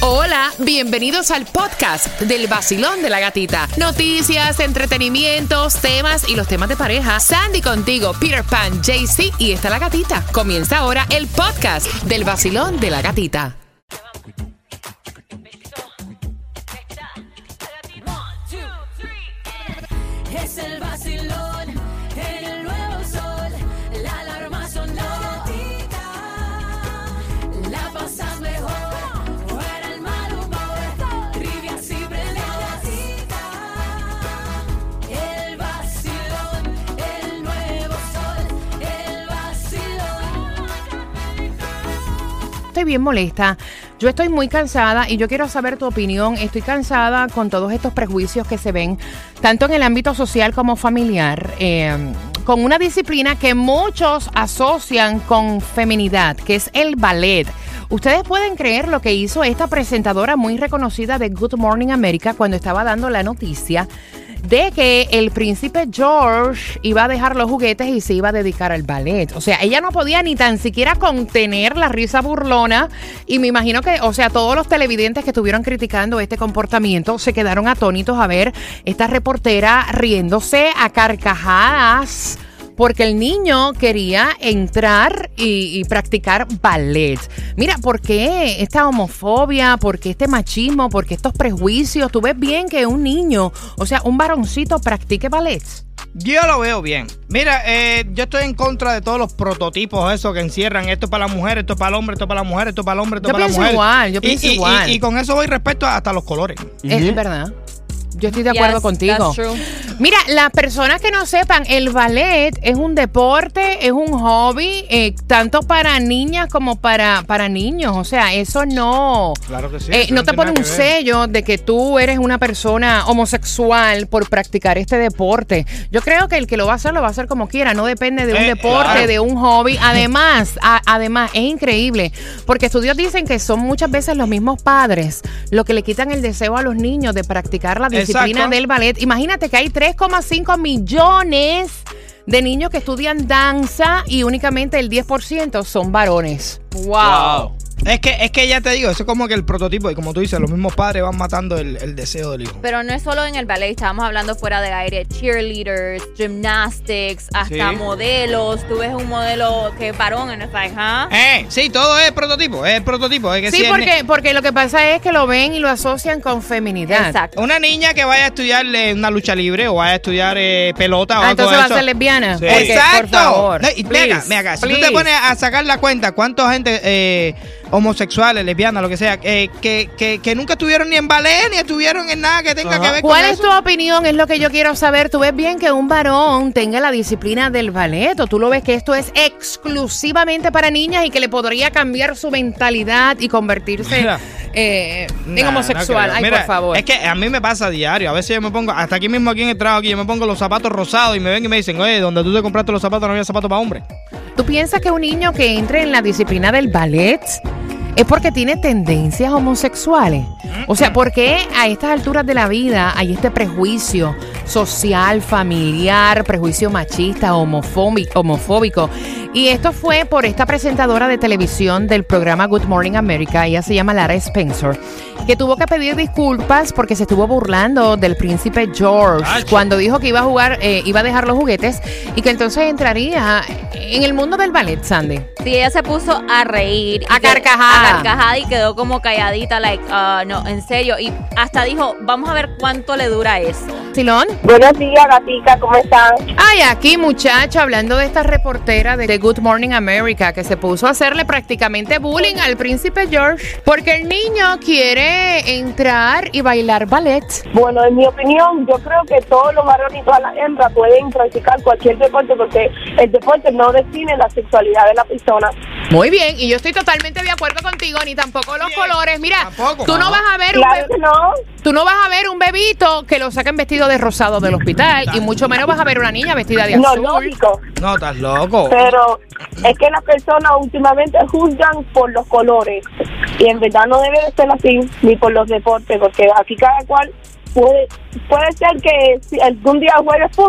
Hola, bienvenidos al podcast del Vacilón de la Gatita. Noticias, entretenimientos, temas y los temas de pareja. Sandy contigo, Peter Pan, JC y está la gatita. Comienza ahora el podcast del Vacilón de la Gatita. Es el vacilón en el nuevo sol. La alarma sonó. Gatita, la pasas mejor. Fuera el mal humor. Trivia siempre la gatita. El vacilón, el nuevo sol. El vacilón. Estoy bien molesta. Yo estoy muy cansada y yo quiero saber tu opinión. Estoy cansada con todos estos prejuicios que se ven, tanto en el ámbito social como familiar, con una disciplina que muchos asocian con feminidad, que es el ballet. Ustedes pueden creer lo que hizo esta presentadora muy reconocida de Good Morning America cuando estaba dando la noticia de que el príncipe George iba a dejar los juguetes y se iba a dedicar al ballet. O sea, ella no podía ni tan siquiera contener la risa burlona y me imagino que, o sea, todos los televidentes que estuvieron criticando este comportamiento se quedaron atónitos a ver esta reportera riéndose a carcajadas porque el niño quería entrar y practicar ballet. Mira, ¿por qué esta homofobia? ¿Por qué este machismo? ¿Por qué estos prejuicios? ¿Tú ves bien que un niño, o sea, un varoncito practique ballet? Yo lo veo bien. Mira, yo estoy en contra de todos los prototipos esos que encierran. Esto es para la mujer, esto es para el hombre, esto es para la mujer, esto es para el hombre, esto es para la mujer. Yo pienso igual. Y con eso voy respeto hasta los colores. Es verdad. Yo estoy de acuerdo contigo. Mira, las personas que no sepan, el ballet es un deporte, es un hobby, tanto para niñas como para niños. O sea, eso no... Claro que sí. No te pone un sello de que tú eres una persona homosexual por practicar este deporte. Yo creo que el que lo va a hacer como quiera. No depende de un deporte, claro, de un hobby. Además, es increíble. Porque estudios dicen que son muchas veces los mismos padres los que le quitan el deseo a los niños de practicar la disciplina del ballet. Imagínate que hay 3,5 millones de niños que estudian danza y únicamente el 10% son varones. ¡Wow! Es que ya te digo, eso es como que el prototipo, y como tú dices, los mismos padres van matando el deseo del hijo. Pero no es solo en el ballet, estábamos hablando fuera de aire, cheerleaders, gymnastics, hasta modelos. Tú ves un modelo que es varón en esta hija. Sí, todo es prototipo, es prototipo. Es que sí, porque lo que pasa es que lo ven y lo asocian con feminidad. Exacto. Una niña que vaya a estudiar una lucha libre o vaya a estudiar pelota o algo entonces de va eso. a ser lesbiana. Sí. Porque, Exacto. por favor. Mira, si tú te pones a sacar la cuenta, ¿cuánta gente homosexuales, lesbianas, lo que sea, que nunca estuvieron ni en ballet, ni estuvieron en nada que tenga que ver con eso? ¿Cuál es tu opinión? Es lo que yo quiero saber. ¿Tú ves bien que un varón tenga la disciplina del ballet o tú lo ves que esto es exclusivamente para niñas y que le podría cambiar su mentalidad y convertirse en homosexual? Ay, por favor. Es que a mí me pasa a diario. A veces yo me pongo, hasta aquí mismo aquí en el trabajo, aquí yo me pongo los zapatos rosados y me ven y me dicen, oye, donde tú te compraste los zapatos no había zapatos para hombre. ¿Tú piensas que un niño que entre en la disciplina del ballet es porque tiene tendencias homosexuales? O sea, ¿por qué a estas alturas de la vida hay este prejuicio social, familiar, prejuicio machista, homofóbico? Y esto fue por esta presentadora de televisión del programa Good Morning America. Ella se llama Lara Spencer, que tuvo que pedir disculpas porque se estuvo burlando del príncipe George cuando dijo que iba a dejar los juguetes y que entonces entraría en el mundo del ballet, Sandy. Sí, ella se puso a reír. A carcajada y quedó como calladita, no, en serio. Y hasta dijo, vamos a ver cuánto le dura eso. ¿Silón? Buenos días, gatica, ¿cómo están? Ay, aquí, muchacha, hablando de esta reportera de Good Morning America que se puso a hacerle prácticamente bullying al príncipe George porque el niño quiere entrar y bailar ballet. Bueno, en mi opinión, yo creo que todos los varones y todas las hembras pueden practicar cualquier deporte porque el deporte no define la sexualidad de la persona. Muy bien, y yo estoy totalmente de acuerdo contigo, ni tampoco los colores. Mira, tampoco, tú no vas a ver tú no vas a ver un bebito que lo saquen vestido de rosado del hospital y mucho menos vas a ver una niña vestida de azul. No, lógico. No, estás loco. Pero es que las personas últimamente juzgan por los colores y en verdad no debe de ser así, ni por los deportes, porque aquí cada cual puede ser que si algún día juegue fútbol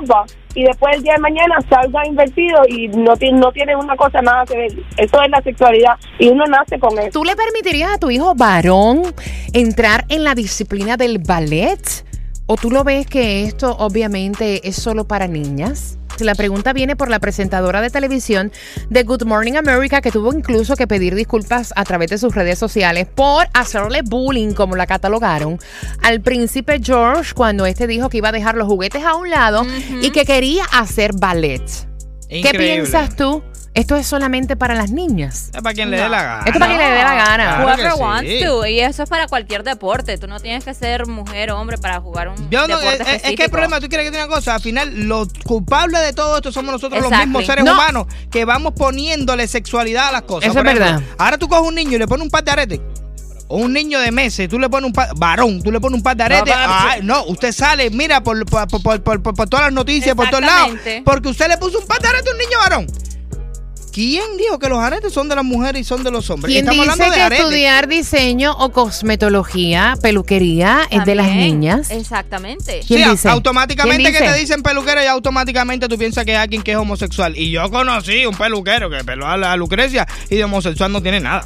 y después el día de mañana salga invertido y no tiene una cosa nada que ver. Eso es la sexualidad y uno nace con eso. ¿Tú le permitirías a tu hijo varón entrar en la disciplina del ballet? ¿O tú lo ves que esto obviamente es solo para niñas? La pregunta viene por la presentadora de televisión de Good Morning America, que tuvo incluso que pedir disculpas a través de sus redes sociales por hacerle bullying, como la catalogaron, al príncipe George cuando este dijo que iba a dejar los juguetes a un lado y que quería hacer ballet. Increíble. ¿Qué piensas tú? ¿Esto es solamente para las niñas? Es para quien le dé la gana. Esto es para quien le dé la gana. Claro Whoever que sí. wants to. Y eso es para cualquier deporte. Tú no tienes que ser mujer o hombre para jugar un deporte específico. Es que el problema, tú quieres que tenga una cosa, al final los culpables de todo esto somos nosotros los Exactly. mismos seres No. humanos que vamos poniéndole sexualidad a las cosas. Eso Por es ejemplo, verdad. Ahora tú coges un niño y le pones un par de aretes. O un niño de meses, tú le pones un par, varón, tú le pones un par de aretes. No, usted sale, mira, por todas las noticias, por todos lados. Exactamente. Porque usted le puso un par de aretes a un niño varón. ¿Quién dijo que los aretes son de las mujeres y son de los hombres? ¿Quién Estamos dice hablando de que aretes. estudiar diseño o cosmetología, peluquería es de las También. niñas? Exactamente. ¿Quién Sí, dice? automáticamente ¿Quién que dice? te dicen peluquero y automáticamente tú piensas que es alguien que es homosexual. Y yo conocí un peluquero que peló a Lucrecia y de homosexual no tiene nada.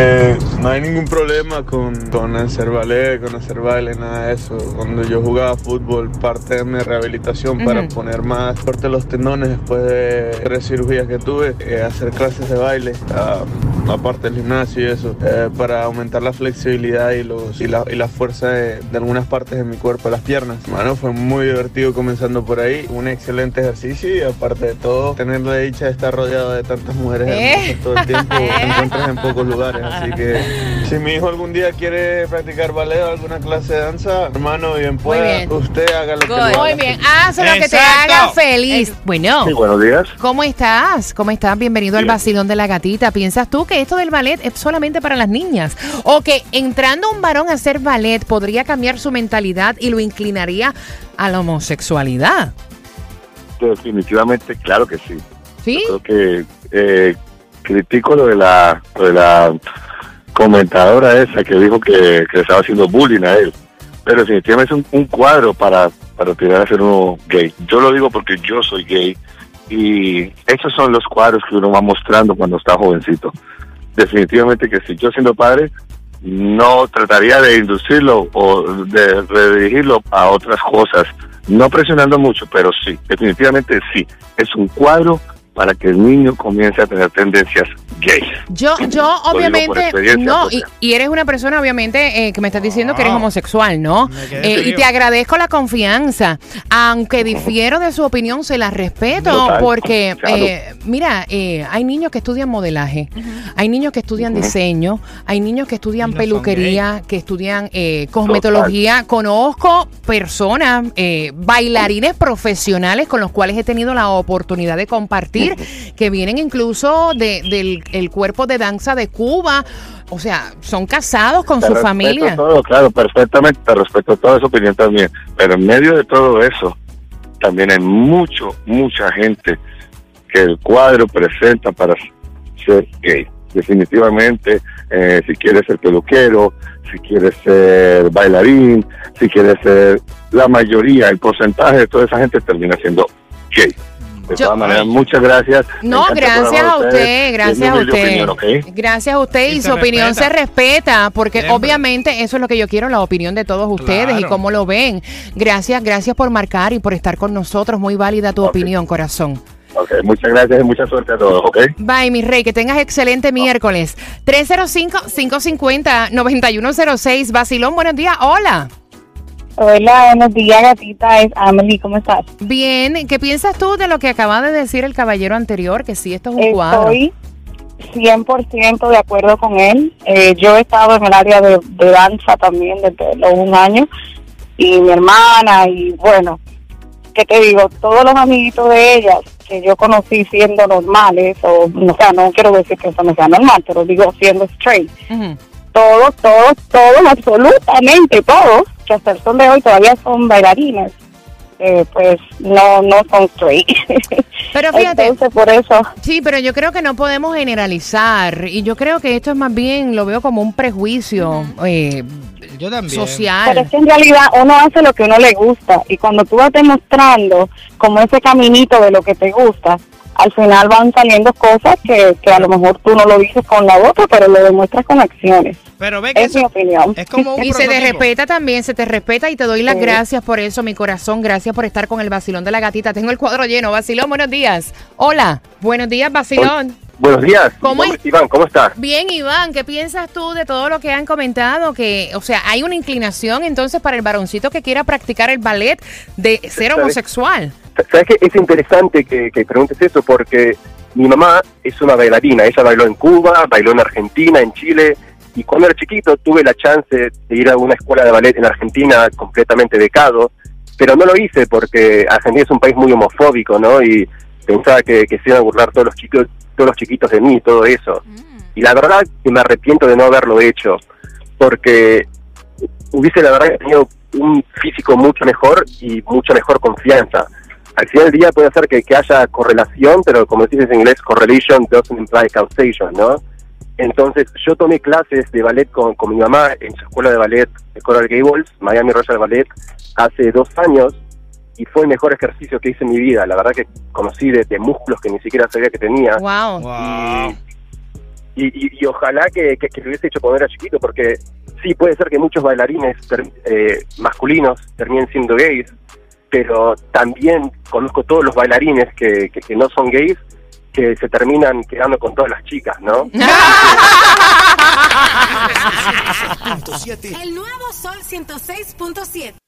No hay ningún problema con hacer ballet, con hacer baile, nada de eso. Cuando yo jugaba fútbol, parte de mi rehabilitación para poner más fuerte los tendones después de 3 cirugías que tuve, hacer clases de baile, aparte del gimnasio y eso, para aumentar la flexibilidad y la fuerza de algunas partes de mi cuerpo, las piernas. Bueno, fue muy divertido comenzando por ahí, un excelente ejercicio y aparte de todo, tener la dicha de estar rodeado de tantas mujeres hermosas todo el tiempo, te encuentras en pocos lugares, así que si mi hijo algún día quiere practicar ballet o alguna clase de danza, hermano, bien pueda, bien. usted haga lo que lo Good. haga Muy bien, haz lo que te Exacto. haga feliz. Bueno, Sí, buenos días. ¿cómo estás? ¿Cómo estás? Bienvenido al Bien. vacilón de la gatita. ¿Piensas tú que esto del ballet es solamente para las niñas? ¿O que entrando un varón a hacer ballet podría cambiar su mentalidad y lo inclinaría a la homosexualidad? Definitivamente, claro que sí. ¿Sí? Yo creo que critico lo de la comentadora esa que dijo que le estaba haciendo bullying a él. Pero definitivamente es un cuadro para tirar a ser uno gay. Yo lo digo porque yo soy gay y esos son los cuadros que uno va mostrando cuando está jovencito. Definitivamente que sí. Yo siendo padre no trataría de inducirlo o de redirigirlo a otras cosas, no presionando mucho, pero sí, definitivamente sí. Es un cuadro para que el niño comience a tener tendencias gays. Yo por obviamente, experiencia no, propia. y eres una persona obviamente que me estás diciendo que eres homosexual, ¿no? Me quedé Y frío. te agradezco la confianza, aunque difiero de su opinión, se la respeto, Total, porque, claro. mira, hay niños que estudian modelaje, hay niños que estudian diseño, hay niños que estudian Y no son peluquería, que estudian cosmetología. Conozco personas, bailarines profesionales con los cuales he tenido la oportunidad de compartir, que vienen incluso del el cuerpo de danza de Cuba. O sea, son casados con Te su respeto familia. todo, claro, perfectamente, te respeto toda esa opinión también. Pero en medio de todo eso, también hay mucha gente que el cuadro presenta para ser gay. Definitivamente, si quieres ser peluquero, si quieres ser bailarín, si quieres ser... La mayoría, el porcentaje de toda esa gente termina siendo gay. De Yo- todas maneras, muchas gracias. Me No, encanta el gracias programa a de usted, ustedes. gracias Es mi a humilde usted. opinión, ¿ok? Gracias a usted y Y su se opinión respeta. se respeta, porque Siempre. obviamente eso es lo que yo quiero, la opinión de todos ustedes y Claro. cómo lo ven. Gracias por marcar y por estar con nosotros. Muy válida tu Ok. opinión, corazón. Ok, muchas gracias y mucha suerte a todos, ¿ok? Bye, mi rey, que tengas excelente miércoles. 305-550-9106. Vacilón, buenos días. Hola. Hola, buenos días, gatita. Es Amelie, ¿cómo estás? Bien, ¿qué piensas tú de lo que acaba de decir el caballero anterior? Que sí, esto es un cuadro. Estoy 100% de acuerdo con él. Yo he estado en el área de danza también desde los 1 año, y mi hermana, y bueno, ¿qué te digo? Todos los amiguitos de ellas que yo conocí siendo normales, o sea, no quiero decir que eso no sea normal, pero digo siendo straight. Ujú. Todos, absolutamente todos, que hasta el sol de hoy todavía son bailarines, pues no son straight. Pero fíjate, Entonces, por eso. sí, pero yo creo que no podemos generalizar y yo creo que esto es más bien, lo veo como un prejuicio Yo también. social. Pero es que en realidad uno hace lo que uno le gusta y cuando tú vas demostrando como ese caminito de lo que te gusta, al final van saliendo cosas que a lo mejor tú no lo dices con la boca, pero lo demuestras con acciones. Pero ve que Es mi opinión. es como un Y se te prototipo. respeta también, se te respeta y te doy las Sí. gracias por eso, mi corazón. Gracias por estar con el vacilón de la gatita. Tengo el cuadro lleno. Vacilón, buenos días. Hola, buenos días, vacilón. Buenos días. ¿Cómo es? Iván, ¿cómo estás? Bien, Iván, ¿qué piensas tú de todo lo que han comentado? Que, o sea, hay una inclinación entonces para el varoncito que quiera practicar el ballet de ser ¿Sabes? homosexual. ¿Sabes qué? Es interesante que preguntes eso porque mi mamá es una bailarina. Ella bailó en Cuba, bailó en Argentina, en Chile. Y cuando era chiquito tuve la chance de ir a una escuela de ballet en Argentina completamente becado. Pero no lo hice porque Argentina es un país muy homofóbico, ¿no? Y pensaba que se iban a burlar todos los chiquitos de mí y todo eso. Y la verdad que me arrepiento de no haberlo hecho, porque hubiese la verdad tenido un físico mucho mejor y mucha mejor confianza. Al final del día puede ser que haya correlación, pero como dices en inglés, correlation doesn't imply causation, ¿no? Entonces yo tomé clases de ballet con mi mamá en su escuela de ballet de Coral Gables, Miami Royal Ballet, hace 2 años, y fue el mejor ejercicio que hice en mi vida. La verdad que conocí de músculos que ni siquiera sabía que tenía. Wow. Wow. Y ojalá que lo hubiese hecho cuando era chiquito, porque sí, puede ser que muchos bailarines masculinos terminen siendo gays, pero también conozco todos los bailarines que no son gays, que se terminan quedando con todas las chicas, ¿no? El nuevo Sol 106.7.